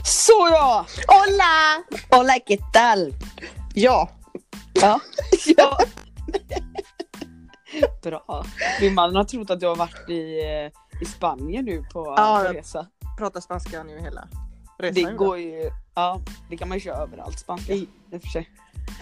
Så ja! Hola! Hola, ¿qué tal? Ja. Ja. Ja. Bra. Min man har trott att jag har varit i Spanien nu på resa. Pratar spanska nu hela resan. Det går ju, ja, det kan man ju köra överallt, spanska. I och för sig.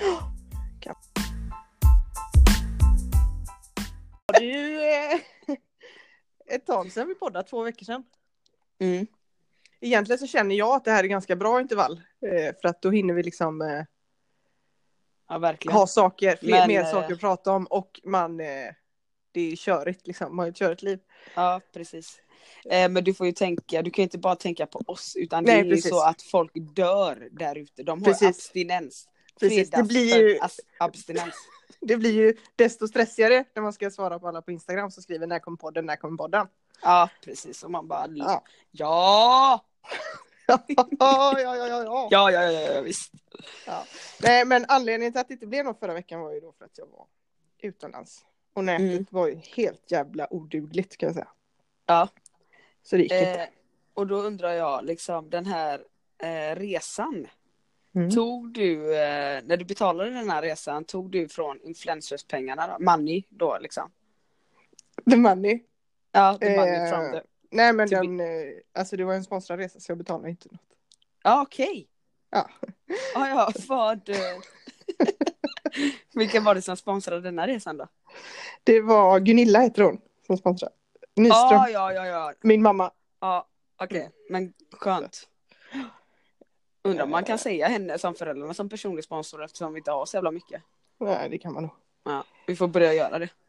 Det är ju ett tag sedan vi poddade, 2 veckor sedan. Mm. Egentligen så känner jag att det här är ganska bra intervall. För att då hinner vi liksom Ja, verkligen. ha saker, mer saker att prata om. Och man, det är ju körigt liksom, man har ju ett körigt liv. Ja, precis. Men du får ju tänka, du kan ju inte bara tänka på oss, utan det är ju så att folk dör där ute. De har abstinens. Precis. Det blir ju abstinens. Det blir ju desto stressigare när man ska svara på alla på Instagram som skriver när kommer podden. Ja, precis. Och man bara ja. Ja, visst. Ja. Nej, men anledningen till att det inte blev något förra veckan var ju då för att jag var utomlands. Och nätet var ju helt jävla odugligt, kan jag säga. Ja. Så det gick inte. Och då undrar jag, liksom, den här resan. Tog du, när du betalade den här resan, tog du från influencerspengarna då? Money då, liksom? The money? Ja, the money from the... Nej, men den, alltså det var en sponsrad resa så jag betalade inte något. Ja, okej. Ja. Ja, vad... Vilken var det som sponsrade den här resan då? Det var Gunilla, heter hon, som sponsrade. Nyström. Ja. Min mamma. Ja, okej. Men skönt. Undrar om man kan säga henne som föräldrarna som personlig sponsor eftersom vi inte har så jävla mycket. Nej, det kan man nog. Ja, vi får börja göra det.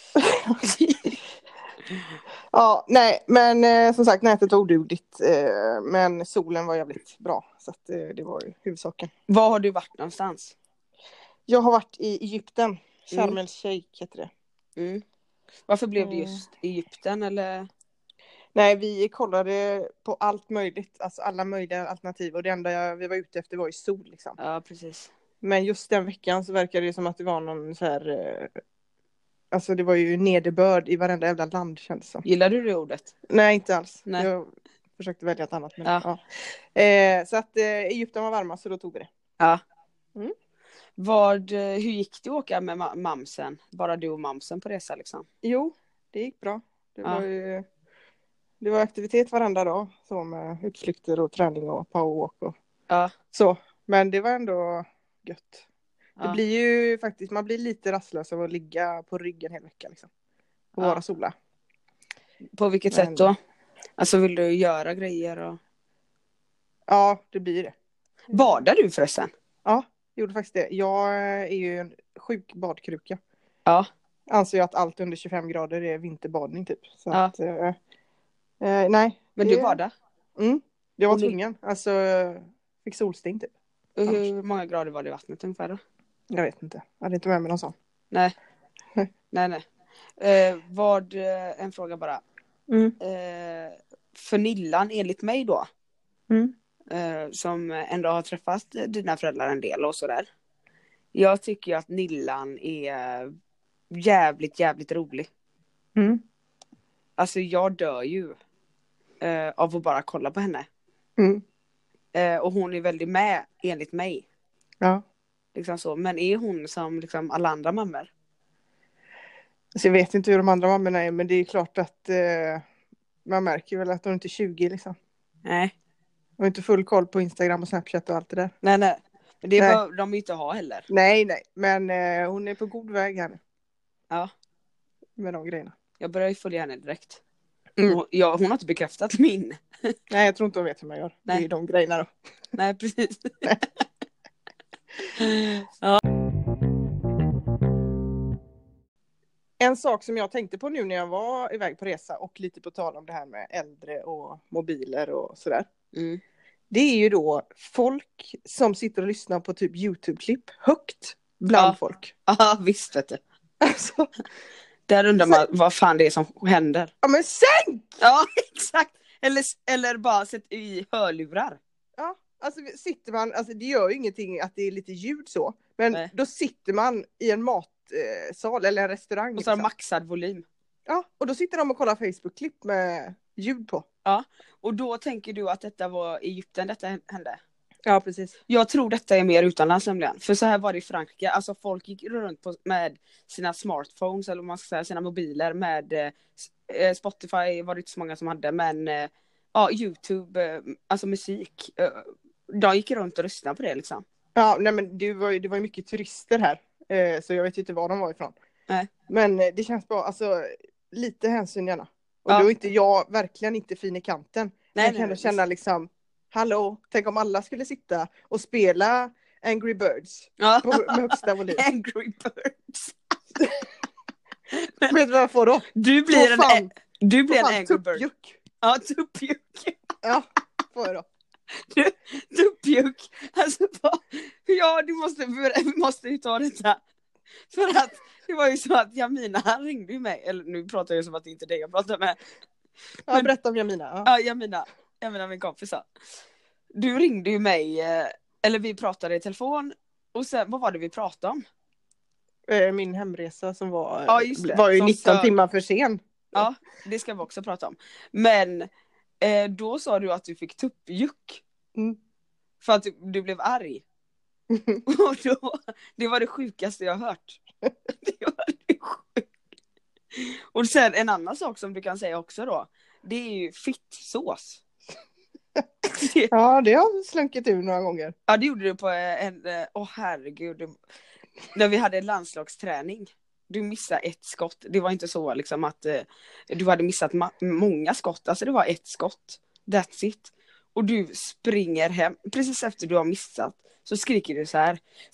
Ja, nej, men som sagt, nätet var odugligt. Men solen var jävligt bra. Så att, det var ju huvudsaken. Var har du varit någonstans? Jag har varit i Egypten. Sharm el-Sheikh heter det. Mm. Varför blev det just Egypten, eller? Nej, vi kollade på allt möjligt. Alltså alla möjliga alternativ. Och det enda vi var ute efter var ju sol liksom. Ja, precis. Men just den veckan så verkade det som att det var någon så här... Alltså det var ju nederbörd i varenda jävla land, kändes som. Gillar du det ordet? Nej, inte alls. Nej. Jag försökte välja ett annat. Men, ja. Så att Egypten var varma, så då tog vi det. Ja. Hur gick det att åka med mamsen? Bara du och mamsen på resa liksom? Jo, det gick bra. Det var aktivitet varenda dag. Så med utflykter och träning och powerwalk och så. Men det var ändå gött. Det blir ju faktiskt, man blir lite rastlös av att ligga på ryggen hela veckan liksom. Och vara sola. På vilket sätt då? Alltså vill du göra grejer och... Ja, det blir det. Badar du förresten? Ja, gjorde faktiskt det. Jag är ju en sjuk badkruka. Ja. Anser jag att allt under 25 grader är vinterbadning typ. Så att, nej. Men du badar? Jag var tvungen. Alltså, fick solsting typ. Och hur många grader var det i vattnet ungefär då? Jag vet inte. Jag hade inte med mig någon sån. Nej. En fråga bara. För Nillan, enligt mig då. Som ändå har träffat dina föräldrar en del och sådär. Jag tycker att Nillan är jävligt rolig. Alltså jag dör ju av att bara kolla på henne. Och hon är väldigt med, enligt mig. Ja. Liksom så. Men är hon som liksom alla andra mammor? Alltså jag vet inte hur de andra mammorna är, men det är klart att man märker väl att de inte är 20 liksom. Nej. Och inte full koll på Instagram och Snapchat och allt det där. Nej. Men det behöver de inte ha heller. Nej. Men hon är på god väg här nu. Ja. Med de grejerna. Jag börjar ju följa henne direkt. Hon har inte bekräftat min. Nej, jag tror inte hon vet hur man gör. Nej. Det är de grejerna då. Nej, precis. En sak som jag tänkte på nu när jag var iväg på resa och lite på tal om det här med äldre och mobiler och sådär. Det är ju då folk som sitter och lyssnar på typ YouTube-klipp högt bland folk. Ja, visst vet du. Alltså, där undrar man vad fan det är som händer. Ja, men sänk! Ja, exakt. Eller bara sätt i hörlurar. Ja, alltså sitter man, alltså det gör ju ingenting att det är lite ljud så. Men då sitter man i en matsal eller en restaurang. Och så har maxad volym. Ja, och då sitter de och kollar Facebook-klipp med ljud på. Ja, och då tänker du att detta var Egypten detta hände? Ja, precis. Jag tror detta är mer utomlands nämligen. För så här var det i Frankrike. Alltså folk gick runt med sina smartphones, eller vad man ska säga, sina mobiler med Spotify var det inte så många som hade, men ja, YouTube, alltså musik. De gick runt och lyssnade på det liksom. Ja, nej men det var ju mycket turister här. Så jag vet inte var de var ifrån. Nej. Men det känns bra, alltså lite hänsyn gärna. Och då är inte jag verkligen inte fin i kanten. Jag kan känna liksom, hallå, tänk om alla skulle sitta och spela Angry Birds med högsta volym. Angry Birds. Vet du vad jag får då? Du blir en Angry Bird. Ja, tuppjuck. Ja, får jag då. Tuppjuck. Alltså, ja, vi måste ju ta detta. För att det var ju så att Jamina ringde mig. Eller nu pratar jag som att det inte är det jag pratar med. Ja, berätta om Jamina. Ja, Jamina min kompis. Du ringde ju mig, eller vi pratade i telefon. Och sen, vad var det vi pratade om? Min hemresa som var ju 19 timmar för sen. Ja, det ska vi också prata om. Men då sa du att du fick tuppjuck. För att du blev arg. Och det var det sjukaste jag hört. Det var det sjukaste. Och sen en annan sak som du kan säga också då. Det är ju fittsås. Ja, det har slunkit ur några gånger. Ja, det gjorde du på herregud. När vi hade landslagsträning. Du missade ett skott. Det var inte så liksom att du hade missat många skott. Alltså det var ett skott. That's it. Och du springer hem. Precis efter du har missat. Så skriker du så här.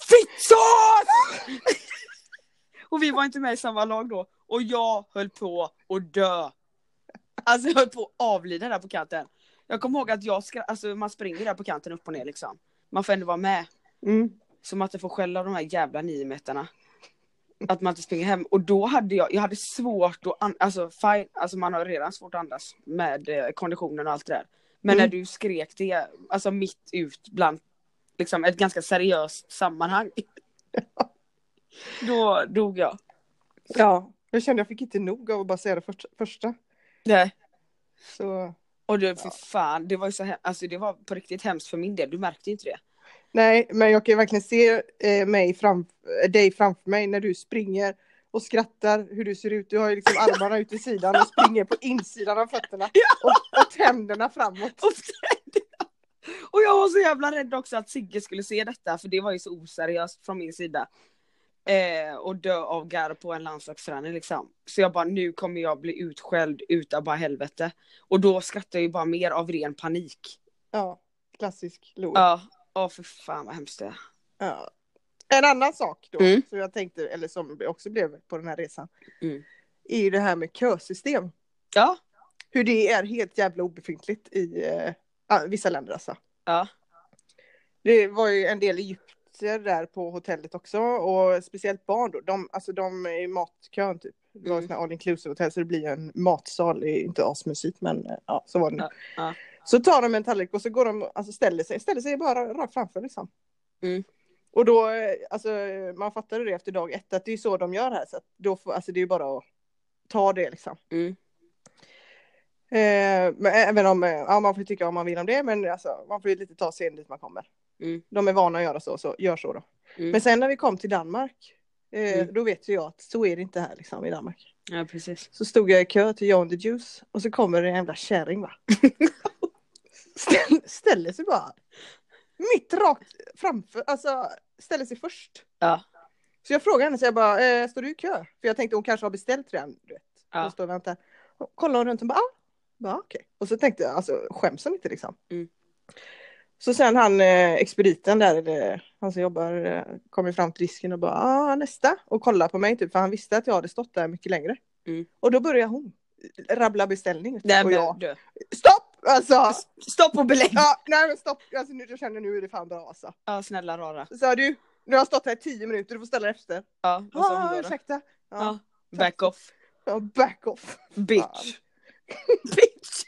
Fittsås! Och vi var inte med i samma lag då. Och jag höll på att dö. Alltså jag höll på att avlida där på kanten. Jag kommer ihåg att man springer där på kanten upp och ner liksom. Man får ändå vara med. Som att det får skälla av de här jävla 9 meterna. Att man inte springer hem. Och då hade jag hade svårt att alltså man har redan svårt att andas med konditionen och allt det där. Men när du skrek det, alltså mitt ut bland liksom ett ganska seriöst sammanhang. Då dog jag. Ja, jag kände jag fick inte nog av att bara säga det första. Nej. Så. Och det, för fan, det var ju så alltså det var på riktigt hemskt för min del. Du märkte inte det. Nej, men jag kan verkligen se dig framför mig när du springer och skrattar hur du ser ut. Du har ju liksom armarna ut i sidan och springer på insidan av fötterna. Och tänderna framåt. Och jag var så jävla rädd också att Sigge skulle se detta. För det var ju så oseriöst från min sida. Och dö av garv på en landslagsträning liksom. Så jag bara, nu kommer jag bli utskälld utav bara helvete. Och då skrattar jag ju bara mer av ren panik. Ja, klassisk lov. Ja, för fan vad hemskt det är. Ja. En annan sak då, som jag tänkte, eller som också blev på den här resan, är ju det här med kösystem. Ja. Hur det är helt jävla obefintligt i vissa länder alltså. Ja. Det var ju en del egyptier där på hotellet också, och speciellt barn då. De är i matkön typ. Det var en all inclusive hotell, så det blir en matsal. Det är inte asmusigt, men ja, så var det nu. Ja. Så tar de en tallrik och så går de, alltså ställer sig bara rakt framför liksom. Och då, alltså man fattade det efter dag 1 att det är så de gör här, så att då får, alltså det är ju bara att ta det liksom. Men även om man får tycka vad man vill om det, men alltså, man får ju lite ta sig in dit man kommer. De är vana att göra så gör så då. Men sen när vi kom till Danmark, då vet jag att så är det inte här liksom i Danmark. Ja, precis. Så stod jag i kö till John the Juice och så kommer det en jävla kärring va. Ställer sig bara mitt rakt framför, alltså ställer sig först. Ja. Så jag frågar henne, så jag bara, står du i kö? För jag tänkte hon kanske har beställt redan, du vet. Ja. Hon står och väntar. Kollar hon runt och bara, okej. Och så tänkte jag, alltså skäms hon inte liksom. Så sen han expediten där, eller han som jobbar, kommer fram till disken och bara, nästa. Och kollar på mig typ, för han visste att jag hade stått där mycket längre. Och då börjar hon rabbla beställning. Nej, och jag, men stopp! Alltså, stopp och belägg! Ja, nej men stopp, alltså, jag känner nu är det fan bra alltså. Ja, snälla rara. Så du, nu har jag stått här i 10 minuter, du får ställa efter. Ja, ursäkta. Ja, back off. Ja, back off. Bitch. Bitch.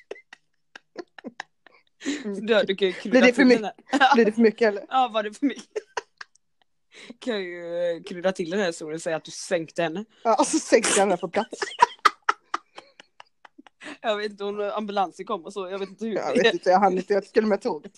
Du kan ju blir det för mycket? Blir det för mycket eller? Ja, var det för mycket? Kan ju krydda till den här historien och säga att du sänkte henne. Ja, och så sänkte jag henne på plats. Jag vet inte om ambulansen kom och så. Jag vet inte hur. Jag vet inte, jag hann inte. Jag skulle med tåget.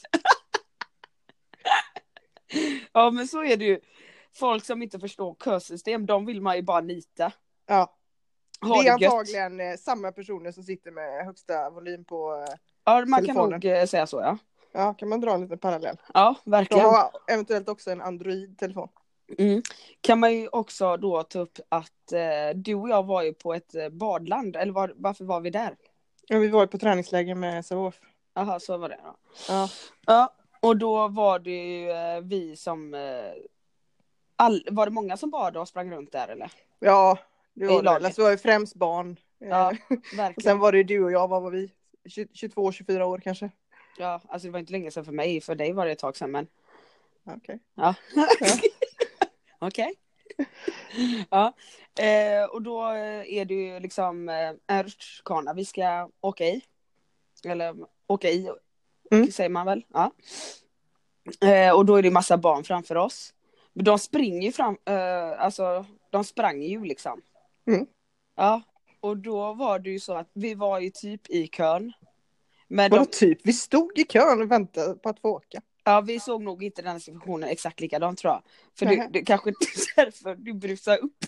Ja, men så är det ju. Folk som inte förstår kösystem, de vill man ju bara nita. Ja. Ha Det är gött. antagligen samma personer som sitter med högsta volym på Ja, man telefonen. kan nog säga så, ja. Ja, kan man dra en liten parallell. Ja, De verkligen. har eventuellt också en Android-telefon. Kan man ju också då ta upp att du och jag var ju på ett badland. Eller varför var vi där? Ja, vi var ju på träningsläger med SOF. Jaha, så var det då. Ja. Ja, och då var det ju vi som... var det många som badade och sprang runt där, eller? Ja, det var det. laget. Alltså, det var ju främst barn. Ja, Och verkligen. sen var det du och jag, vad var vi? 22-24 år kanske. Ja, alltså det var inte länge sedan för mig. För dig var det ett tag sedan, men... Okej. Ja. Okej. Ja. Och då är det ju liksom en rutschkana vi ska åka i. Eller åka i, säger man väl. Ja. Och då är det massa barn framför oss. Men de springer ju fram, alltså de sprang ju liksom. Ja. Och då var det ju så att vi var ju typ i kön. Men Vadå typ? Vi stod i kön och väntade på att få åka. Ja, vi såg nog inte den situationen exakt likadant, tror jag. För det kanske inte är därför du brusar upp.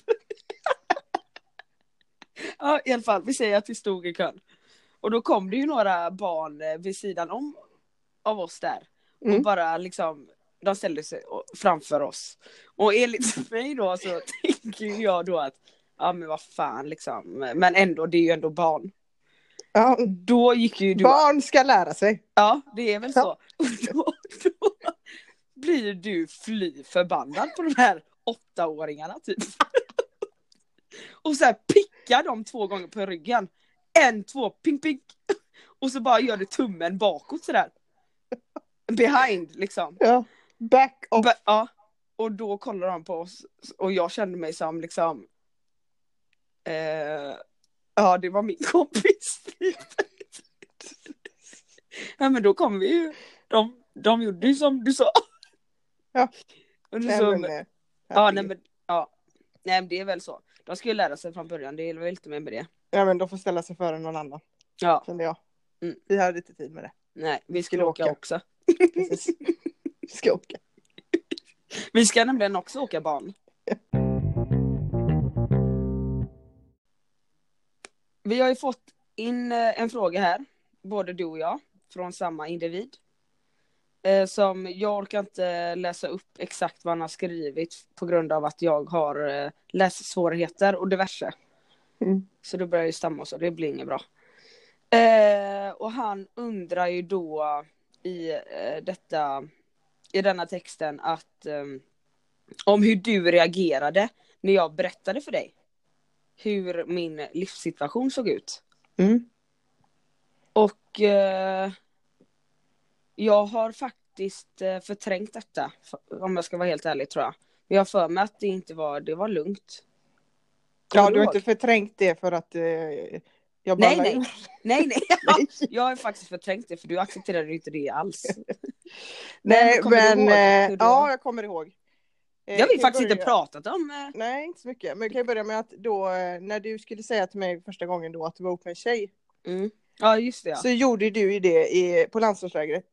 Ja, i alla fall, vi säger att vi stod i kön. Och då kom det ju några barn vid sidan om av oss där. Och bara liksom, de ställde sig framför oss. Och enligt mig då så tänker jag då att, ja men vad fan liksom. Men ändå, det är ju ändå barn. Ja. Då gick ju du... Barn ska lära sig. Ja, det är väl så. Och då blir du fly förbannad på de här 8-åringarna typ. Och så här pickar de 2 gånger på ryggen. 1, 2, ping ping. Och så bara gör du tummen bakåt sådär. Behind liksom. Ja, back off. Ja. Och då kollar de på oss. Och jag kände mig som liksom... ja, det var min kompis. Ja, men då kom vi ju. De gjorde ju som du sa. Ja. Och Nej, så, men, ja, nej men nej, det är väl så. De skulle lära sig från början. Det är väl inte med det. Ja, men de får ställa sig före någon annan. Ja. Kände jag. Vi hade inte tid med det. Nej, vi skulle åka också. Precis. Vi ska åka. Vi ska nämligen också åka barn. Vi har ju fått in en fråga här. Både du och jag. Från samma individ. Som jag orkar inte läsa upp exakt vad han har skrivit. På grund av att jag har lässvårigheter och diverse. Så då börjar jag stamma och så. Det blir inget bra. Och han undrar ju då i denna texten att om hur du reagerade när jag berättade för dig hur min livssituation såg ut. Och jag har faktiskt förträngt detta, om jag ska vara helt ärlig, tror jag. Men jag har för mig att det var lugnt. Ja, du har inte förträngt det för att jag bara... Nej. Jag har faktiskt förträngt det, för du accepterade inte det alls. Nej, men ja, jag kommer ihåg. Jag vill faktiskt inte pratat om... Nej, inte så mycket. Men jag kan börja med att då, när du skulle säga till mig första gången då att du var ihop med en tjej. Ja, just det. Ja. Så gjorde du ju det på landslagslägret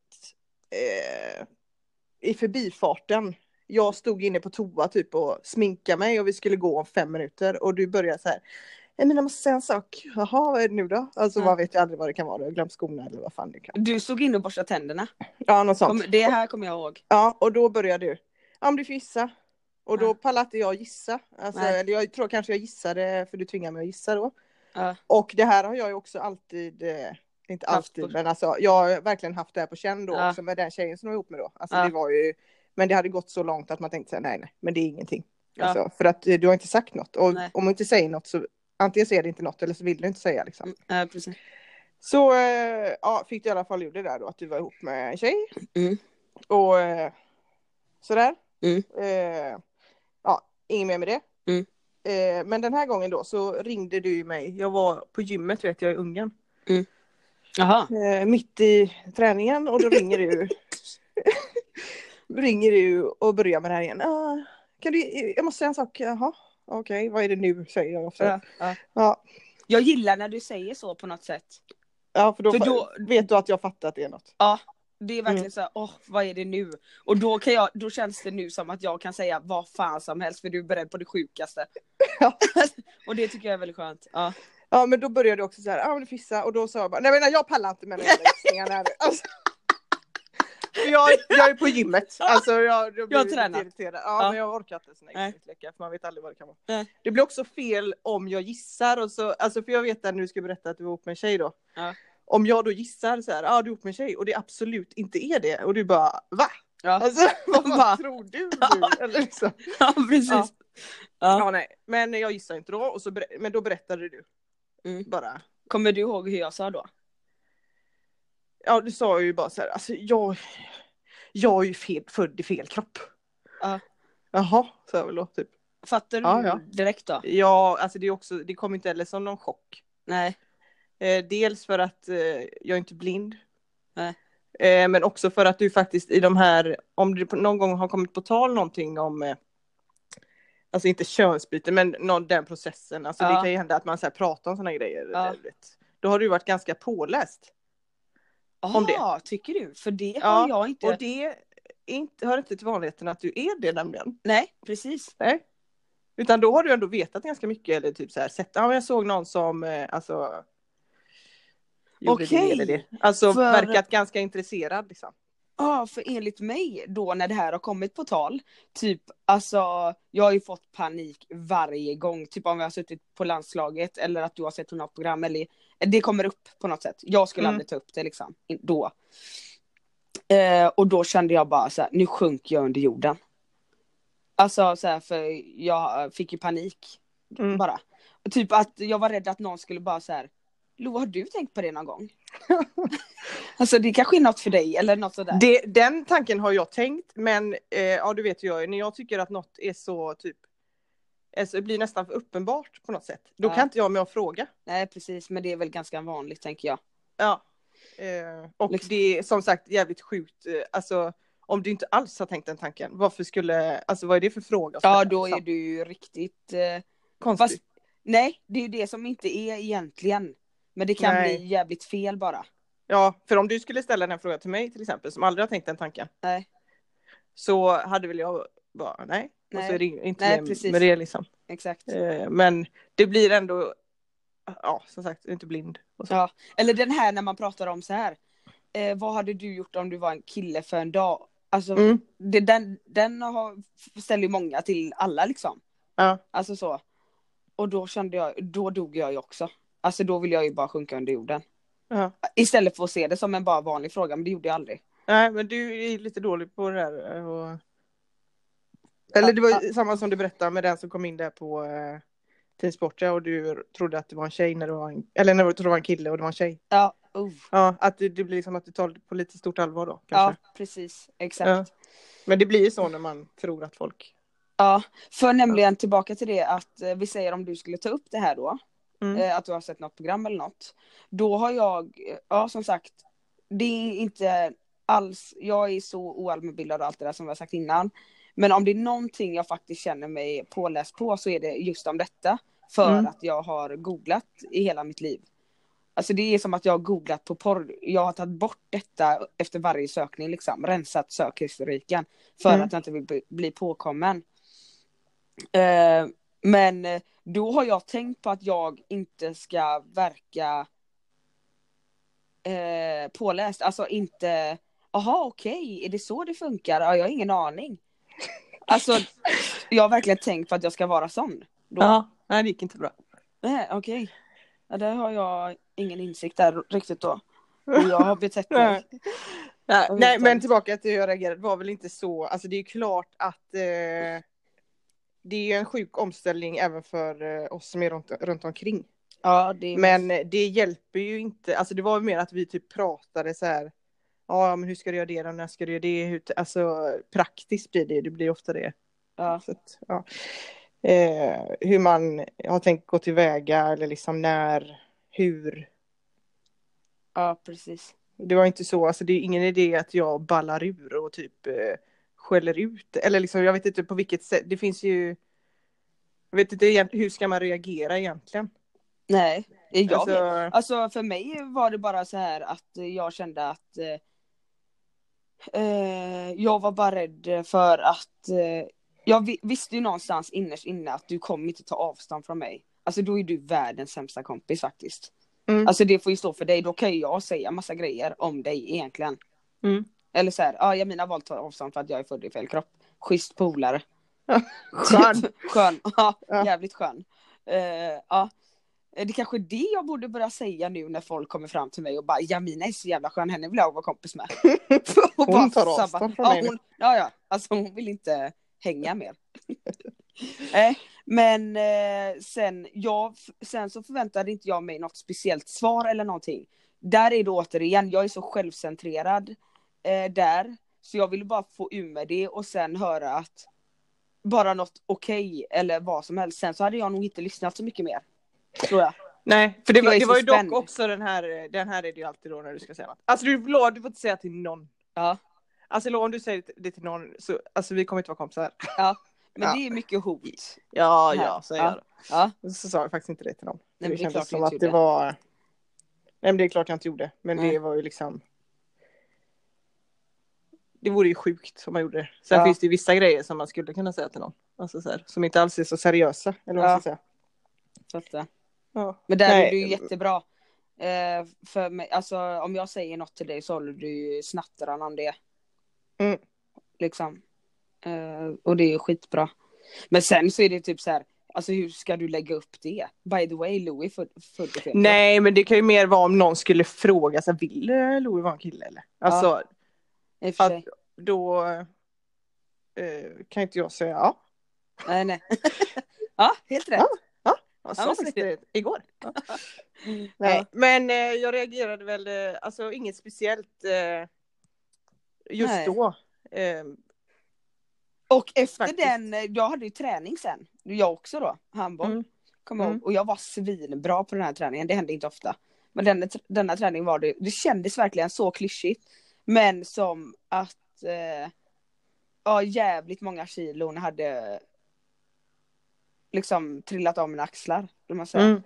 i förbifarten. Jag stod inne på toa typ och sminkade mig och vi skulle gå om 5 minuter. Och du började så här, men jag måste säga en sak. Jaha, vad är det nu då? Alltså man vet ju aldrig vad det kan vara. Jag har glömt skorna eller vad fan det kan. Du stod in och borstade tänderna. Ja, något sånt. Det här kommer jag ihåg. Ja, och då började du. Ja, men du får gissa. Och då pallade inte jag gissa. Alltså, eller jag tror kanske jag gissade, för du tvingade mig att gissa då. Och det här har jag ju också alltid, inte alltid, men alltså jag har verkligen haft det här på känn då också med den tjejen som jag var ihop med då. Alltså det var ju, men det hade gått så långt att man tänkte säga nej, men det är ingenting. Alltså, för att du har inte sagt något. Och om man inte säger något så antingen säger det inte något eller så vill du inte säga liksom. Precis. Så fick du i alla fall gjort det där då, att du var ihop med en tjej. Och sådär. Inget mer med det. Men den här gången då så ringde du mig. Jag var på gymmet, vet jag, i Ungern. Mitt i träningen, och då ringer du och börjar med det här igen. Jag måste säga en sak. Jaha, okej, vad är det nu, säger jag ofta. Jag gillar när du säger så på något sätt. Ja, för då vet du att jag fattar att det är något. Ja, det är verkligen så här, vad är det nu? Och då känns det nu som att jag kan säga vad fan som helst, för du är beredd på det sjukaste. Ja. Och det tycker jag är väldigt skönt. Ja. Ja, men då började jag också så här, men fissa. Och då sa jag bara, nej jag pallar inte med den här. Alltså, jag är på gymmet. Alltså jag tränar. Irriterad. Ja, men jag orkar inte såna exitläckar, för man vet aldrig vad det kan vara. Nej. Det blir också fel om jag gissar. Och så, alltså, för jag vet att nu ska jag berätta att du var ihop med en tjej då. Ja. Om jag då gissar så här, du är ihop med en tjej och det absolut inte är det. Och du bara, va? Ja. Alltså, vad tror du nu? Eller liksom. Ja, precis. Ja, nej. Men jag gissar inte då. Och så men då berättade du. Bara. Kommer du ihåg hur jag sa då? Ja, du sa ju bara så här, alltså jag är ju född i fel kropp. Ja. Jaha, så jag väl då typ. Fattar du direkt då? Ja, alltså det kom inte heller som någon chock. Nej. Dels för att jag är inte blind. Nej. Men också för att du faktiskt i de här, om du någon gång har kommit på tal någonting om, alltså inte könsbyte, men den processen. Alltså det kan ju hända att man så här pratar om såna grejer. Ja. Då har du varit ganska påläst. Ja, tycker du? För det har jag inte. Och det hör inte till vanligheten att du är det nämligen. Nej, precis. Nej. Utan då har du ändå vetat ganska mycket, eller typ så här sett. Ja, jag såg någon som alltså gjorde det eller det. Alltså verkat ganska intresserad liksom. Ja, för enligt mig då när det här har kommit på tal, typ alltså jag har ju fått panik varje gång, typ om jag har suttit på landslaget eller att du har sett något program eller det kommer upp på något sätt. Jag skulle aldrig ta upp det liksom då. Och då kände jag bara så här, nu sjunker jag under jorden. Alltså så här, för jag fick ju panik bara. Och typ att jag var rädd att någon skulle bara så här, Lo, har du tänkt på det någon gång? Alltså det kanske är något för dig eller något sådär. Den tanken har jag tänkt, men ja, du vet ju, när jag tycker att något är så typ, alltså, det blir nästan för uppenbart på något sätt. Då kan inte jag med att fråga. Nej, precis, men det är väl ganska vanligt tänker jag. Ja, och liksom. Det är som sagt jävligt sjukt, alltså om du inte alls har tänkt den tanken, varför skulle, alltså vad är det för fråga? Ja, då är du ju riktigt konstigt. Fast, nej, det är ju det som inte är egentligen. Men det kan bli jävligt fel bara. Ja, för om du skulle ställa den frågan till mig till exempel, som aldrig har tänkt den tanken. Nej. Så hade väl jag bara, nej. Och så är det inte med det liksom. Exakt. Men det blir ändå, ja, som sagt, inte blind. Och så. Ja, eller den här när man pratar om så här. Vad hade du gjort om du var en kille för en dag? Alltså, den ställer ju många till alla liksom. Ja. Alltså så. Och då kände jag, då dog jag ju också. Alltså då vill jag ju bara sjunka under jorden. Ja. Istället för att se det som en bara vanlig fråga, men det gjorde jag aldrig. Nej, men du är lite dålig på det där. Och... Eller det var samma som du berättade med den som kom in där på Team Sport, och du trodde att det var en tjej när du var eller när du trodde det var en kille och det var en tjej. Ja. Ja, att det blir som att du tar det på lite stort allvar då. Kanske. Ja, precis. Exakt. Ja. Men det blir ju så när man tror att folk... Ja, för nämligen tillbaka till det att vi säger om du skulle ta upp det här då. Att du har sett något program eller något. Då har jag, som sagt, det är inte alls, jag är så oallmänbildad och allt det där som vi har sagt innan. Men om det är någonting jag faktiskt känner mig påläst på så är det just om detta. För att jag har googlat i hela mitt liv. Alltså det är som att jag har googlat på porr. Jag har tagit bort detta efter varje sökning liksom. Rensat sökhistoriken. För att jag inte vill bli påkommen. Men då har jag tänkt på att jag inte ska verka påläst. Alltså inte, okej, är det så det funkar? Ja, jag har ingen aning. Alltså, jag har verkligen tänkt på att jag ska vara sån. Då. Ja, nej, det gick inte bra. Nej, okej. Ja, där har jag ingen insikt där riktigt då. Och jag har betett mig. Nej, men tillbaka till hur jag reagerade. Det var väl inte så, alltså det är ju klart att det är ju en sjuk omställning även för oss som är runt omkring. Ja, men det hjälper ju inte. Alltså det var mer att vi typ pratade så här. Ja, men hur ska du göra det? När ska du göra det? Alltså praktiskt blir det. Det blir ofta det. Ja. Så att, ja. Hur man har tänkt gå tillväga. Eller liksom när. Hur. Ja, precis. Det var inte så. Alltså det är ingen idé att jag ballar ur och typ skäller ut. Eller liksom, jag vet inte på vilket sätt. Det finns ju... Jag vet inte hur ska man reagera egentligen. Nej. Alltså för mig var det bara så här att jag kände att jag var bara rädd för att jag visste ju någonstans innerst inne att du kommer inte ta avstånd från mig. Alltså då är du världens sämsta kompis faktiskt. Alltså det får ju stå för dig. Då kan ju jag säga massa grejer om dig egentligen. Eller så här, jag har valt att ta avstånd för att jag är född i fel kropp. Schysst polare. Skön. Jävligt skön. Det kanske är det jag borde börja säga nu när folk kommer fram till mig och bara Jamina är så jävla skön, henne vill jag vara kompis med. Hon tar avstånd från mig. Alltså hon vill inte hänga mer. Men sen så förväntade inte jag mig något speciellt svar eller någonting. Där är det återigen, jag är så självcentrerad där. Så jag ville bara få ur med det och sen höra att bara något okej eller vad som helst. Sen så hade jag nog inte lyssnat så mycket mer, tror jag. Nej, för det var ju dock också den här är det ju alltid då när du ska säga något. Alltså du får inte säga till någon. Ja. Alltså om du säger det till någon så alltså vi kommer inte vara kompisar. Ja, men det är mycket hot. Ja, så är det. Ja. Så sa jag faktiskt inte det till någon. Nej, det kändes som att det var... Nej, men det är klart jag inte gjorde. Men det var ju liksom... Det vore ju sjukt om man gjorde det. Sen finns det ju vissa grejer som man skulle kunna säga till någon. Alltså så här, som inte alls är så seriösa. Eller vad man ska säga. Ja. Men där är du ju jättebra. För mig, alltså, om jag säger något till dig så håller du ju snattran om det. Liksom. Och det är ju skitbra. Men sen så är det typ så här. Alltså hur ska du lägga upp det? By the way, Louis född fel. Nej, men det kan ju mer vara om någon skulle fråga så vill Louis vara en kille eller? Alltså att då kan inte jag säga ja. Nej. Ja, helt rätt. Ja, så det igår. Ja. Nej, men jag reagerade väl alltså inget speciellt just då. Och efter den, jag hade ju träning sen. Jag också då, handboll. Kom ihåg. Och jag var svinbra på den här träningen. Det hände inte ofta. Men denna träning var det kändes verkligen så klyschigt. Men som att jävligt många kilon hade liksom trillat av mina axlar. Man säga.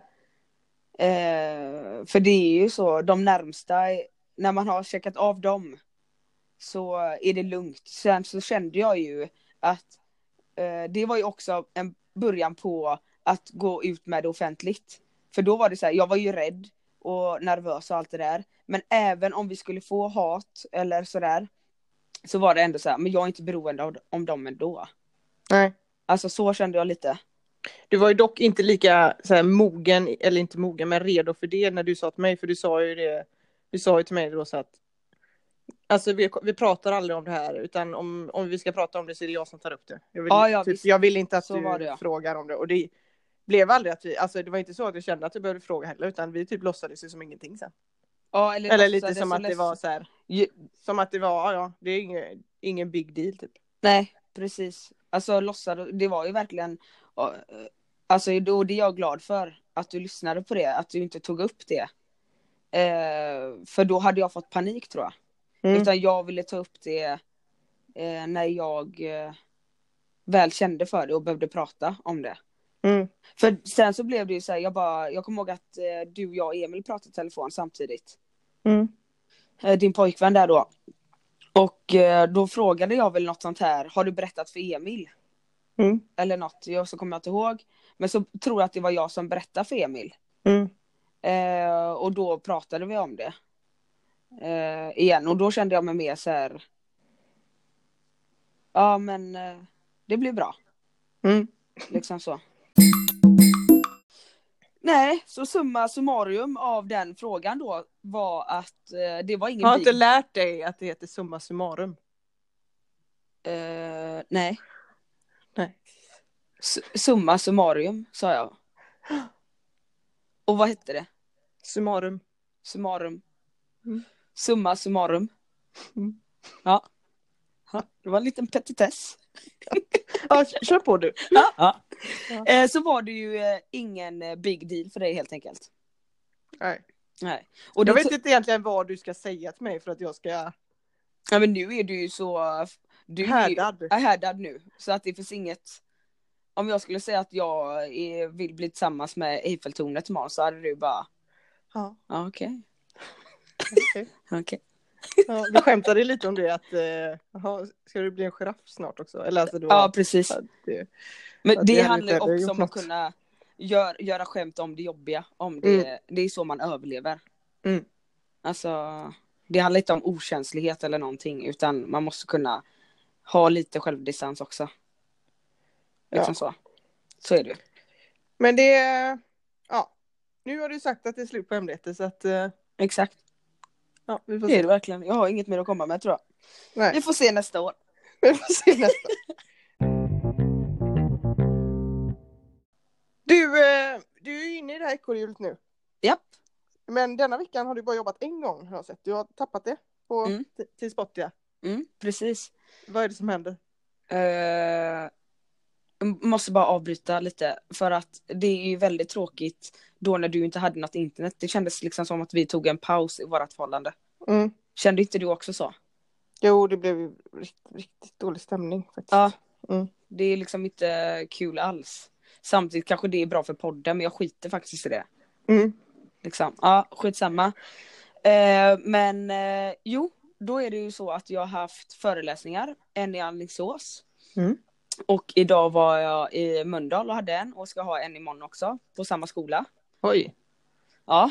För det är ju så, de närmsta, när man har checkat av dem så är det lugnt. Sen så kände jag ju att det var ju också en början på att gå ut med det offentligt. För då var det så här, jag var ju rädd och nervös och allt det där. Men även om vi skulle få hat eller sådär, så var det ändå så här, men jag är inte beroende om dem ändå. Nej. Alltså så kände jag lite. Du var ju dock inte lika så här, mogen, eller inte mogen, men redo för det när du sa till mig. För du sa ju till mig då så att alltså vi pratar aldrig om det här, utan om vi ska prata om det så är det jag som tar upp det. Jag vill inte att du frågar om det. Och det blev aldrig att alltså det var inte så att jag kände att du behövde fråga heller, utan vi typ låtsades som ingenting sen. Ja, eller lite som att det var så här, som att det var, det är ingen big deal typ. Nej, precis. Alltså det var ju verkligen, alltså då det är jag glad för, att du lyssnade på det, att du inte tog upp det. För då hade jag fått panik, tror jag. Utan jag ville ta upp det när jag väl kände för det och behövde prata om det. För sen så blev det ju så här, jag kommer ihåg att du och jag och Emil pratade i telefon samtidigt. Din pojkvän där då. Och då frågade jag väl något sånt här, har du berättat för Emil? Eller något, så kommer jag inte ihåg. Men så tror jag att det var jag som berättade för Emil. Och då pratade vi om det igen. Och då kände jag mig mer så här, ja men det blir bra. Liksom så. Nej, så summa summarum av den frågan då var att det var ingen... Har inte lärt dig att det heter summa summarum? Nej. Summa summarum, sa jag. Och vad hette det? Summarum. Summa summarum. Ja. Det var en liten petitess. Ja, kör på du. Ja. Så var det ju ingen big deal för dig helt enkelt. Nej. Och jag vet inte egentligen vad du ska säga till mig för att jag ska... Ja, men nu är du ju så... Du härdad. är härdad nu. Så att det finns inget... Om jag skulle säga att vill bli tillsammans med Eiffeltornet imorgon, så hade du bara... Ja. Ja, okej. Okej. Ja, du skämtade lite om det att ska du bli en giraff snart också? Eller alltså Ja, precis. Men det hade handlar ju inte också gjort om något. att kunna göra skämt om det jobbiga. Om det, det är så man överlever. Mm. Alltså, det handlar inte om okänslighet eller någonting, utan man måste kunna ha lite självdistans också. Liksom så är det. Men det, ja, nu har du sagt att det är slut på ämnet, så att... Exakt. Ja, vi får Det se. är det verkligen. Jag har inget mer att komma med, tror jag. Nej. Vi får se nästa år. Vi får se nästa. Du är ju inne i det här ekorrhjulet nu. Japp. Men denna veckan har du bara jobbat en gång, har jag sett. Du har tappat det till Spotia. Precis. Vad är det som händer? Måste bara avbryta lite, för att det är ju väldigt tråkigt då när du inte hade något internet. Det kändes liksom som att vi tog en paus i vårat förhållande. Kände inte du också så? Jo, det blev ju riktigt dålig stämning faktiskt. Ja, det är liksom inte kul alls. Samtidigt kanske det är bra för podden, men jag skiter faktiskt i det. Liksom. Ja, skitsamma. Men jo, då är det ju så att jag har haft föreläsningar, en i Alingsås. Och idag var jag i Mölndal och hade en, och ska ha en imorgon också på samma skola. Oj. Ja.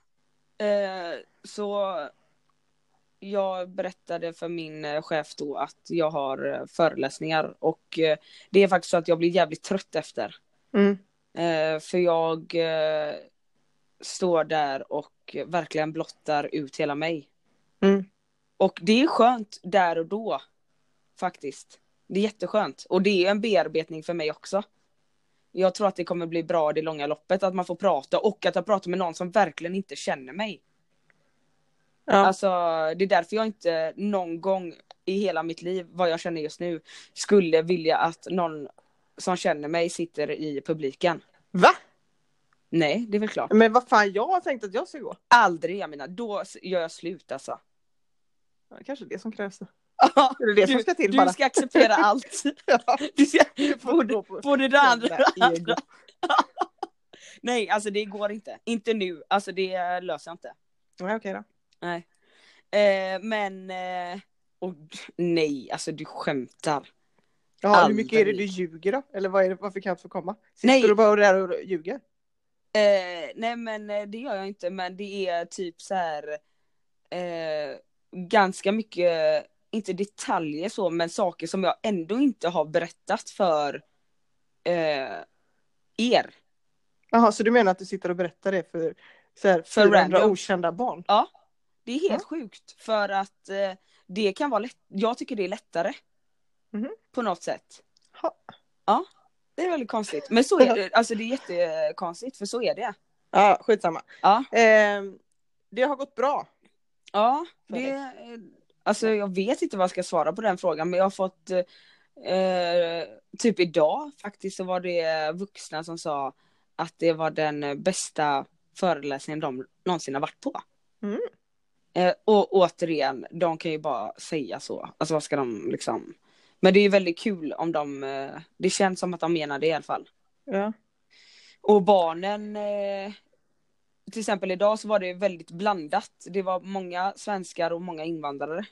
Så jag berättade för min chef då att jag har föreläsningar, och det är faktiskt så att jag blir jävligt trött efter. För jag står där och verkligen blottar ut hela mig. Och det är skönt där och då faktiskt. Det är jätteskönt. Och det är en bearbetning för mig också. Jag tror att det kommer bli bra i det långa loppet, att man får prata, och att jag pratar med någon som verkligen inte känner mig. Ja. Alltså, det är därför jag inte någon gång i hela mitt liv, vad jag känner just nu, skulle vilja att någon som känner mig sitter i publiken. Va? Nej, det är väl klart. Men vad fan, jag har tänkt att jag ska gå. Aldrig, jag menar. Då gör jag slut alltså. Ja, kanske det som krävs. Ja, är det som ska till bara? Du ska acceptera allt. Ja. Du ska få det där andra. Nej, alltså det går inte. Inte nu. Alltså det löser jag inte. Nej, okej då. Nej. Men och nej, alltså du skämtar. Ja, hur mycket är det du ljuger då? Eller vad är det, varför kan jag inte få komma? Sitter du bara där och ljuger? Nej, men det gör jag inte. Men det är typ så här ganska mycket, inte detaljer så, men saker som jag ändå inte har berättat för er. Jaha, så du menar att du sitter och berättar det för 400 okända barn? Ja, det är helt sjukt. För att det kan vara lätt. Jag tycker det är lättare. På något sätt. Ja, det är väldigt konstigt. Men så är det, alltså det är jättekonstigt, för så är det. Ja, skitsamma. Ja. Det har gått bra. Ja, alltså jag vet inte vad jag ska svara på den frågan, men jag har fått typ idag faktiskt, så var det vuxna som sa att det var den bästa föreläsningen de någonsin har varit på. Och återigen, de kan ju bara säga så. Alltså vad ska de liksom... Men det är ju väldigt kul om det känns som att de menar det i alla fall. Ja. Och barnen... till exempel idag så var det väldigt blandat. Det var många svenskar och många invandrare.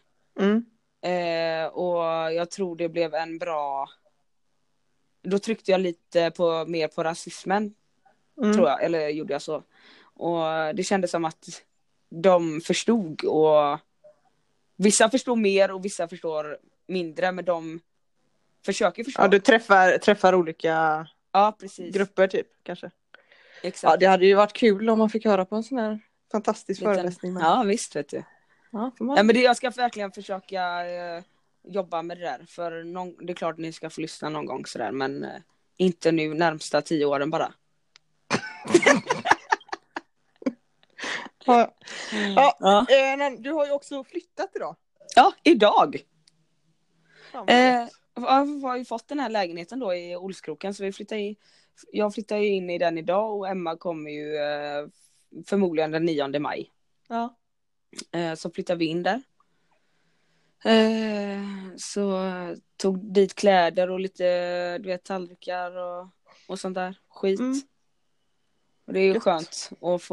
Och jag tror det blev en bra... Då tryckte jag lite mer på rasismen. Tror jag, eller gjorde jag så. Och det kändes som att de förstod, och vissa förstår mer och vissa förstår mindre, men de försöker förstå. Ja, du träffar olika grupper typ, kanske. Exakt. Ja, det hade ju varit kul om man fick höra på en sån här fantastisk föreläsning. Ja, visst vet du. Ja, men jag ska verkligen försöka jobba med det där, för det är klart ni ska få lyssna någon gång sådär, men inte nu närmsta 10 åren bara. Du har ju också flyttat idag. Ja, idag. Jag har ju fått den här lägenheten då i Olskroken, så jag flyttar ju in i den idag, och Emma kommer ju förmodligen den 9 maj. Ja. Så flyttar vi in där. Så tog dit kläder och lite, du vet, tallrikar och sånt där skit. Och det är ju skönt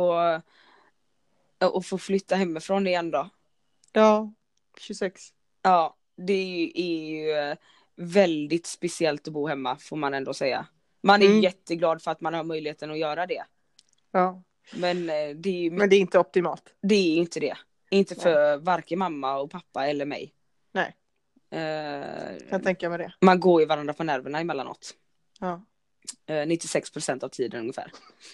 att få flytta hemifrån igen då. Ja, 26. Ja, det är ju väldigt speciellt att bo hemma, får man ändå säga. Man är jätteglad för att man har möjligheten att göra det. Ja. Men det är ju Men det är inte optimalt. Det är inte det. Inte för varken mamma och pappa eller mig. Nej. Kan tänka mig det. Man går ju varandra på nerverna emellanåt. Ja. 96% av tiden ungefär.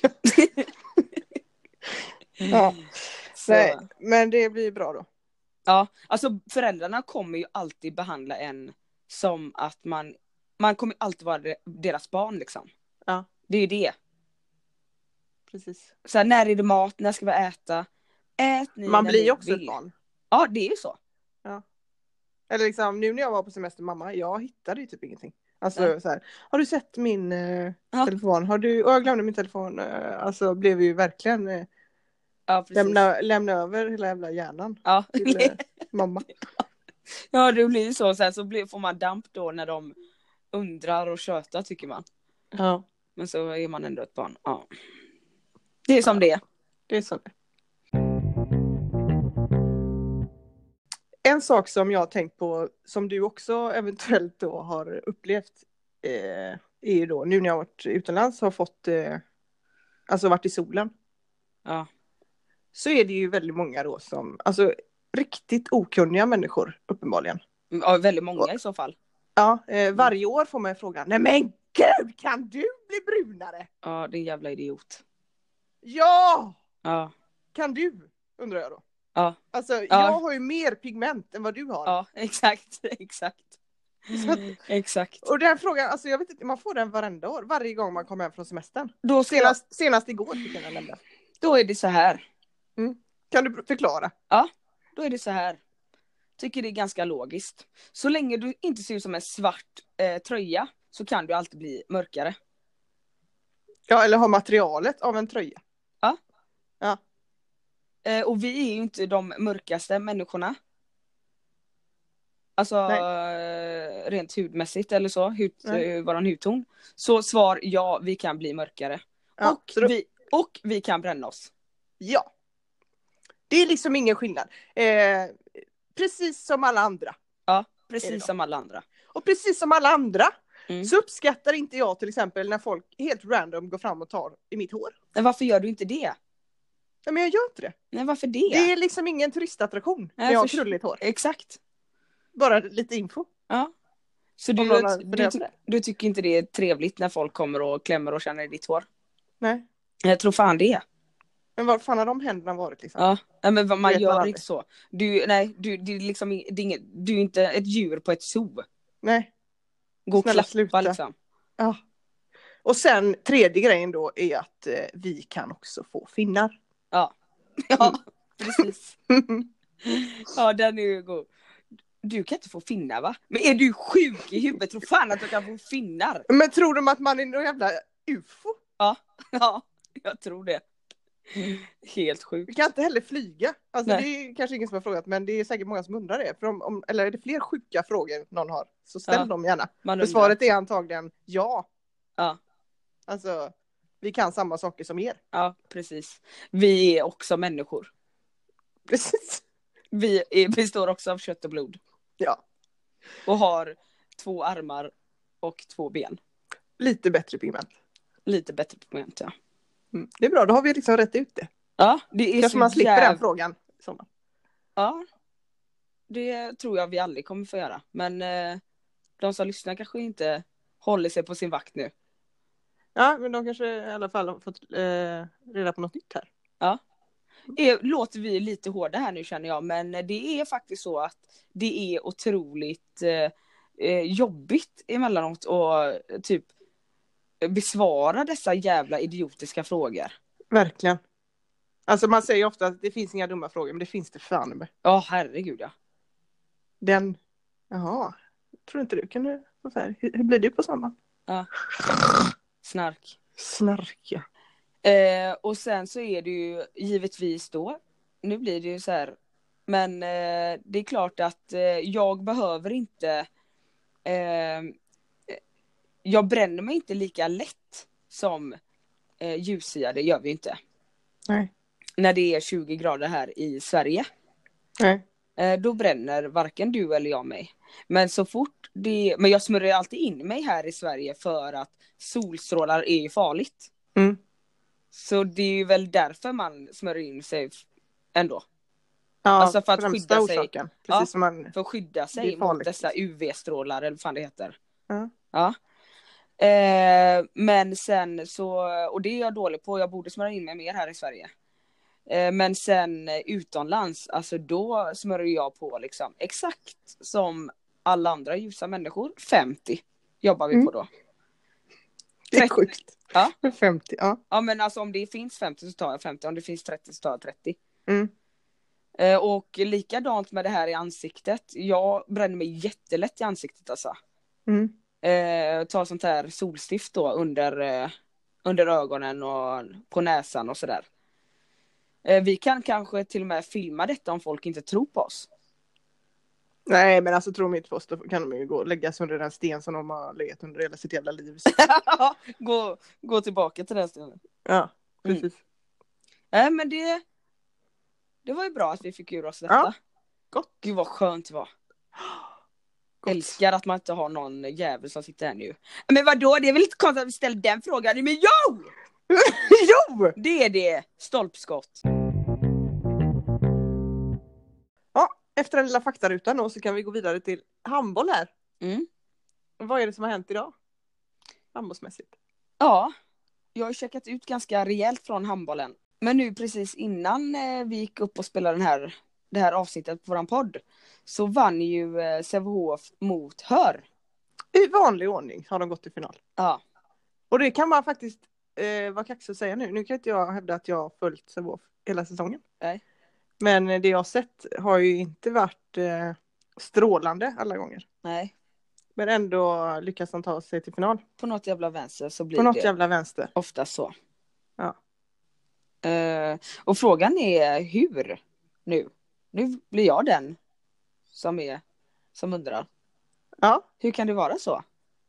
Ja. Nej, men det blir bra då. Ja, alltså föräldrarna kommer ju alltid behandla en som att man kommer alltid vara deras barn liksom. Ja. Det är ju det. Precis. Så här, när är det mat? När ska vi äta? Ät ni man blir ju också vill. ett barn. Ja, det är ju så. Ja. Eller liksom, nu när jag var på semester mamma, jag hittade ju typ ingenting. Alltså så här, har du sett min telefon? Och jag glömde min telefon. Alltså blev ju verkligen lämna över hela jävla hjärnan till mamma. Ja, det blir ju så här, får man damp då när de undrar och tjötar, tycker man. Ja. Men så är man ändå ett barn. Ja. Det är som det är. Det är som det. En sak som jag har tänkt på, som du också eventuellt då har upplevt, är ju då, nu när jag har varit utomlands, har fått, alltså varit i solen. Ja. Så är det ju väldigt många då som, alltså riktigt okunniga människor, uppenbarligen. Ja, väldigt många i så fall. Ja, varje år får man frågan, nej men gud, kan du bli brunare? Ja, det är en jävla idiot. Ja! Ja. Kan du? Undrar jag då. Ja. Alltså, jag har ju mer pigment än vad du har. Ja, exakt. Exakt. Och den frågan, alltså jag vet inte, man får den varenda år, varje gång man kommer hem från semestern. Då senast igår fick jag den nämligen. Då är det så här. Kan du förklara? Ja, då är det så här. Tycker det är ganska logiskt. Så länge du inte ser ut som en svart tröja så kan du alltid bli mörkare. Ja, eller ha materialet av en tröja. Ja. Ja. Och vi är ju inte de mörkaste människorna. Alltså rent hudmässigt eller så, våran hudton. Så svar ja, vi kan bli mörkare. Ja, och vi kan bränna oss. Ja. Det är liksom ingen skillnad. Precis som alla andra. Ja, precis som alla andra. Och precis som alla andra så uppskattar inte jag till exempel när folk helt random går fram och tar i mitt hår. Men varför gör du inte det? Nej, men jag gör inte det. Nej, varför det? Det är liksom ingen turistattraktion när jag har krulligt hår. Exakt. Bara lite info. Ja. Så du tycker inte det är trevligt när folk kommer och klämmer och känner i ditt hår? Nej. Jag tror fan det. Men var fan har de händerna varit liksom? Ja, men man gör inte så. Du är liksom du är inte ett djur på ett zoo. Nej. Gå och klappa liksom. Ja. Och sen tredje grejen då är att vi kan också få finnar. Ja. Precis. Ja, den är ju god. Du kan inte få finnar, va? Men är du sjuk i huvudet? Tror fan att du kan få finnar. Men tror de att man är någon jävla ufo? Ja, jag tror det. Helt sjukt. Vi kan inte heller flyga. Alltså det är kanske ingen som har frågat, men det är säkert många som undrar det. För eller är det fler sjuka frågor någon har, så ställ dem gärna. För svaret är antagligen ja. Ja. Alltså, vi kan samma saker som er. Ja, precis. Vi är också människor. Precis. Vi består också av kött och blod. Ja. Och har 2 armar och 2 ben. Lite bättre pigment, ja. Det är bra, då har vi liksom rätt ut det. Ja, det är kanske man slipper den frågan. Ja, det tror jag vi aldrig kommer få göra. Men de som lyssnar kanske inte håller sig på sin vakt nu. Ja, men de kanske i alla fall har fått reda på något nytt här. Ja. Låter vi lite hårda här nu, känner jag. Men det är faktiskt så att det är otroligt jobbigt emellanåt att typ besvara dessa jävla idiotiska frågor. Verkligen. Alltså man säger ofta att det finns inga dumma frågor, men det finns det fan med. Ja, herregud ja. Jaha, tror inte du kan du så här. Hur blir du på samma? Ja. Snark, ja. och sen så är det ju givetvis då, nu blir det ju så här Men det är klart att jag behöver inte jag bränner mig inte lika lätt som ljushyade, gör vi inte. Nej. När det är 20 grader här i Sverige. Nej. Då bränner varken du eller jag mig. Men så fort men jag smörjer alltid in mig här i Sverige för att solstrålar är ju farligt. Mm. Så det är ju väl därför man smörjer in sig ändå. Ja, alltså för att skydda orsaken. sig. Precis Ja, som man, för att skydda sig mot dessa UV-strålar eller vad fan det heter. Ja. Men sen så, och det är jag dålig på, jag borde smörja in mig mer här i Sverige. Men sen utomlands, alltså då smörjer jag på liksom exakt som alla andra ljusa människor. 50 jobbar vi på då. Det är sjukt. Ja. 50, ja. Ja, men alltså om det finns 50 så tar jag 50, om det finns 30 så tar jag 30. Mm. Och likadant med det här i ansiktet. Jag bränner mig jättelätt i ansiktet alltså. Mm. Ta sånt här solstift då under ögonen och på näsan och sådär. Vi kan kanske till och med filma detta om folk inte tror på oss. Nej, men alltså tror de inte på oss, då kan de ju gå och lägga sig under den sten som de har legat under hela sitt jävla liv. gå tillbaka till den stenen. Ja, precis. Men det var ju bra att vi fick ur oss detta. Ja, gott. Gud vad skönt det var. Älskar att man inte har någon jävel som sitter här nu. Men vadå, det är väl inte konstigt att vi ställer den frågan. Men jo! Jo! Det är det, stolpskott. Ja, efter den lilla faktarutan då så kan vi gå vidare till handboll här. Mm. Vad är det som har hänt idag? Handbollsmässigt. Ja, jag har checkat ut ganska rejält från handbollen. Men nu precis innan vi gick upp och spelade det här avsnittet på vår podd så vann ju Sävehof mot Hör. I vanlig ordning har de gått till final. Ja. Och det kan man faktiskt vara kaxig att säga nu. Nu kan inte jag hävda att jag har följt Sävehof hela säsongen. Nej. Men det jag har sett har ju inte varit strålande alla gånger. Nej. Men ändå lyckas de ta sig till final. På något jävla vänster så blir på något det jävla vänster. Ofta så. Ja. Och frågan är hur nu? Nu blir jag den som undrar. Ja. Hur kan det vara så?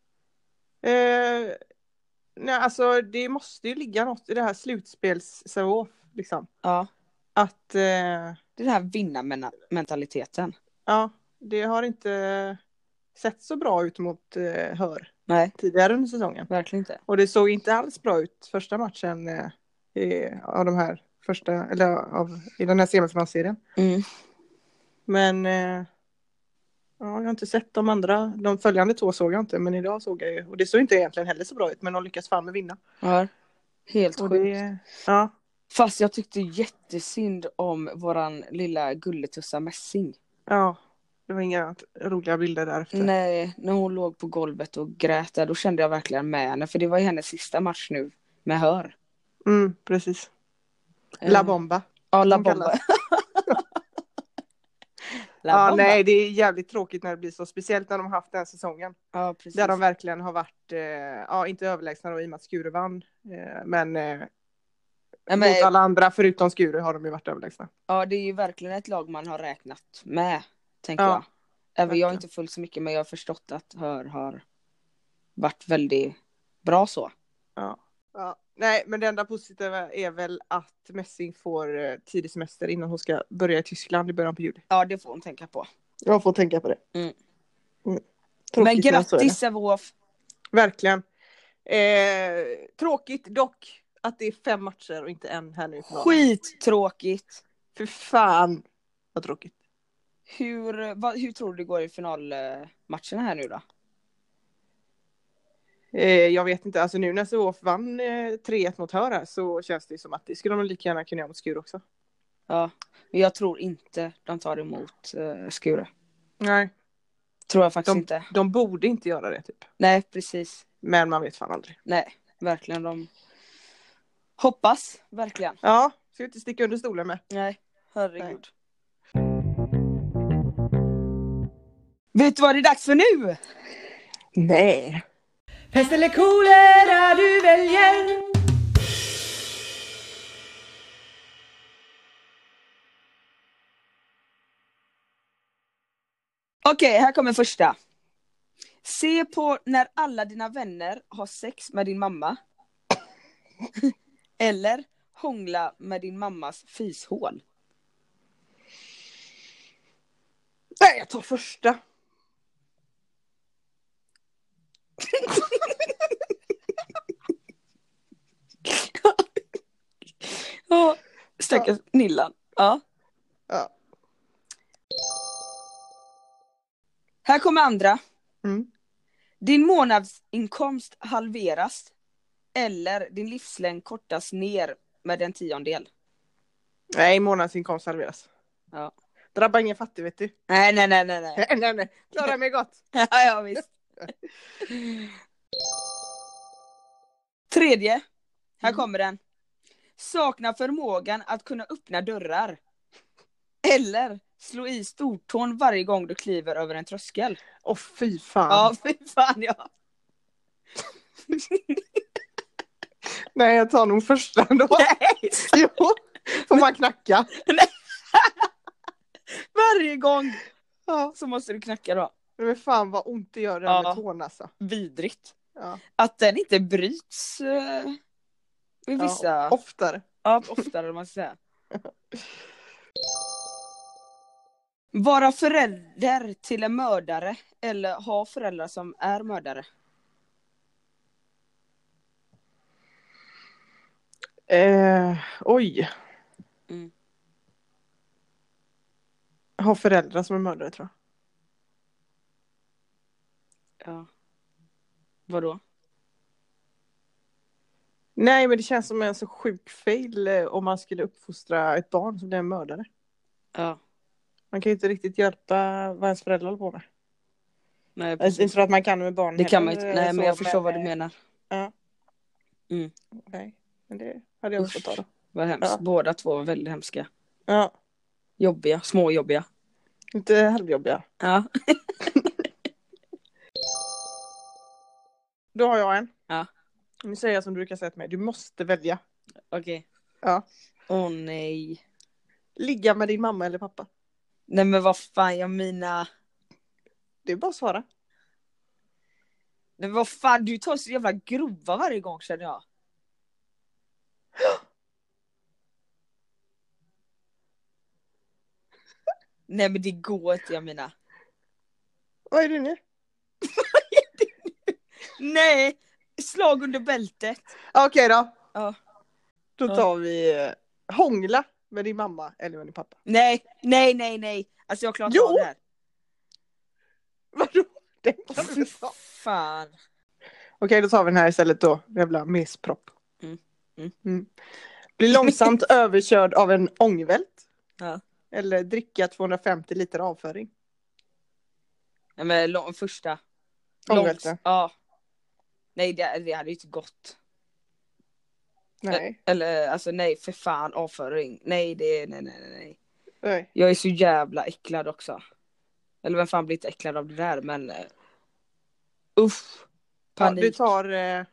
Nej, alltså det måste ju ligga något i det här slutspels-Sävehof liksom. Ja. Att det är den här vinnarmentaliteten. Ja, det har inte sett så bra ut mot Hör. Nej. Tidigare under säsongen. Verkligen inte. Och det såg inte alls bra ut första matchen av de här första, eller i den här semifinalserien. Mm. Men jag har inte sett de följande 2 såg jag inte, men idag såg jag ju, och det såg inte egentligen heller så bra ut, men de lyckas fan med vinna. Ja, helt sjukt. Ja. Fast jag tyckte jättesynd om våran lilla gulletussa Messing. Ja, det var inga roliga bilder därefter. Nej, när hon låg på golvet och grät där, då kände jag verkligen med henne, för det var ju hennes sista match nu med Hör. Mm, precis. La Bomba. Ja, La Bomba. Ja, nej, det är jävligt tråkigt när det blir så, speciellt när de har haft den säsongen. Ja, precis. Där de verkligen har varit, inte överlägsna då, i och med att Skure vann, men mot alla andra förutom Skure har de ju varit överlägsna. Ja, det är ju verkligen ett lag man har räknat med, tänker jag. Även jag har inte följt så mycket, men jag har förstått att Hör har varit väldigt bra så. Ja. Nej, men det enda positiva är väl att Messing får tidig semester innan hon ska börja i Tyskland i början på juli. Ja, det får hon tänka på. Jag får tänka på det. Mm. Men grattis Sävehof. Verkligen. Tråkigt dock att det är 5 matcher och inte en här nu. Skittråkigt. För fan vad tråkigt. Hur tror du det går i finalmatcherna här nu då? Jag vet inte, alltså nu när Sävehof vann 3-1 mot Hör här, så känns det som att det skulle de lika gärna kunna göra mot Skure också. Ja, men jag tror inte de tar emot Skure. Nej. Tror jag faktiskt inte. De borde inte göra det typ. Nej, precis. Men man vet fan aldrig. Nej, verkligen. De hoppas, verkligen. Ja, ska inte sticka under stolen med. Nej, herregud. Nej. Vet du vad det är dags för nu? Nej. Pest eller kolera du väljer. Okej, här kommer första. Se på när alla dina vänner har sex med din mamma. Eller hångla med din mammas fishål. Nej, jag tar första. Stackars Nillan. Ja. Här kommer andra. Din månadsinkomst halveras. Eller din livslängd kortas ner med en 10:e. Nej, månadsinkomst halveras. Ja. Drabbar ingen fattig, vet du. Nej. Nej. Klarar mig gott. Ja, visst. Tredje. Här kommer den. Sakna förmågan att kunna öppna dörrar. Eller slå i stortån varje gång du kliver över en tröskel. Fy fan. Ja, fy fan, ja. Nej, jag tar nog första då. Nej. Jo, får man knacka. Varje gång så måste du knacka då. Men fan vad ont det gör det med tån alltså. Vidrigt. Ja. Att den inte bryts vid vissa... Oftare. Ja, oftare man ska säga. Vara förälder till en mördare eller ha föräldrar som är mördare. Oj. Ha föräldrar som är mördare, tror jag. Ja. Vadå? Nej, men det känns som en så sjuk fail om man skulle uppfostra ett barn som blir en mördare. Ja. Man kan ju inte riktigt hjälpa vad ens föräldrar håller på med. Nej, jag tror att man kan med barn. Det kan man inte. Nej, men jag förstår vad du menar. Ja. Nej, men det hade jag också fått ta då. Vad hemskt. Ja. Båda två var väldigt hemska. Ja. Jobbiga, småjobbiga. Inte halvjobbiga. Ja. Då har jag en. Ja. Nu säger jag som du brukar säga till mig. Du måste välja. Okej. Ja. Nej. Ligga med din mamma eller pappa? Nej, men vad fan, jag mina... Det är bara att svara. Nej, men vad fan, du tar så jävla grova varje gång, känner jag. Nej, men det går inte, jag mina. Vad är det nu? Nej, slag under bältet. Okej då. Ja. Då tar vi hångla med din mamma eller med din pappa. Nej. Alltså jag klarar inte av det här. Vadå? Det kan du ta. Fan. Okej, då tar vi den här istället då. Jävla mespropp. Bli långsamt överkörd av en ångvält. Ja. Eller dricka 250 liter avföring. Nej, men första. Ångvälten. Ja. Nej, det hade ju inte gått. Nej. Eller, alltså nej, för fan, avföring. Nej. Nej. Jag är så jävla äcklad också. Eller vem fan blir inte äcklad av det där, men... panik. Ja, du tar...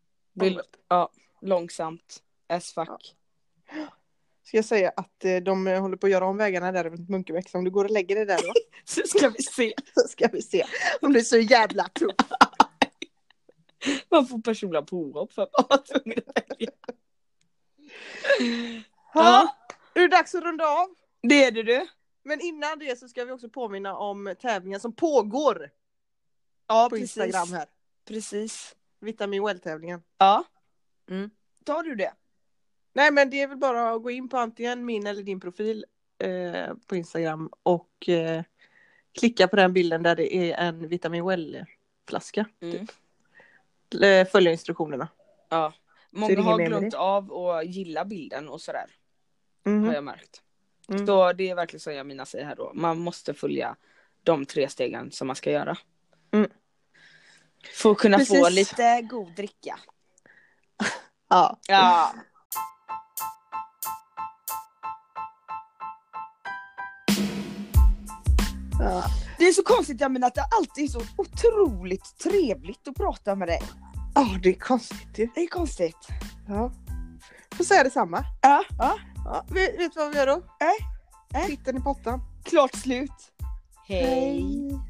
långsamt. As fuck. Ja. Ska jag säga att de håller på att göra om vägarna där runt Munkebäck. Så om du går och lägger det där då. Så ska vi se. Om det är så jävla tufft. Man får personliga påhopp för att vara tvungen att välja. Ja. Är det dags att runda av? Det är det, du. Men innan det så ska vi också påminna om tävlingen som pågår. Ja, på precis. Instagram här. Precis. Vitamin Well-tävlingen. Ja. Tar du det? Nej, men det är väl bara att gå in på antingen min eller din profil på Instagram och klicka på den bilden där det är en Vitamin Well-flaska. Typ. Följa instruktionerna. Ja. Många har glömt av att gilla bilden och sådär. Har jag märkt. Så det är verkligen så jag mina säger här då. Man måste följa de 3 stegen som man ska göra. För att kunna få lite god dricka. Ja. Det är så konstigt, jag menar, att det alltid är så otroligt trevligt att prata med dig. Ja, det är konstigt ju. Det är konstigt. Ja. Får säga detsamma. Ja. Vet du vad vi gör då? Nej. Titten i pottan. Klart slut. Hej!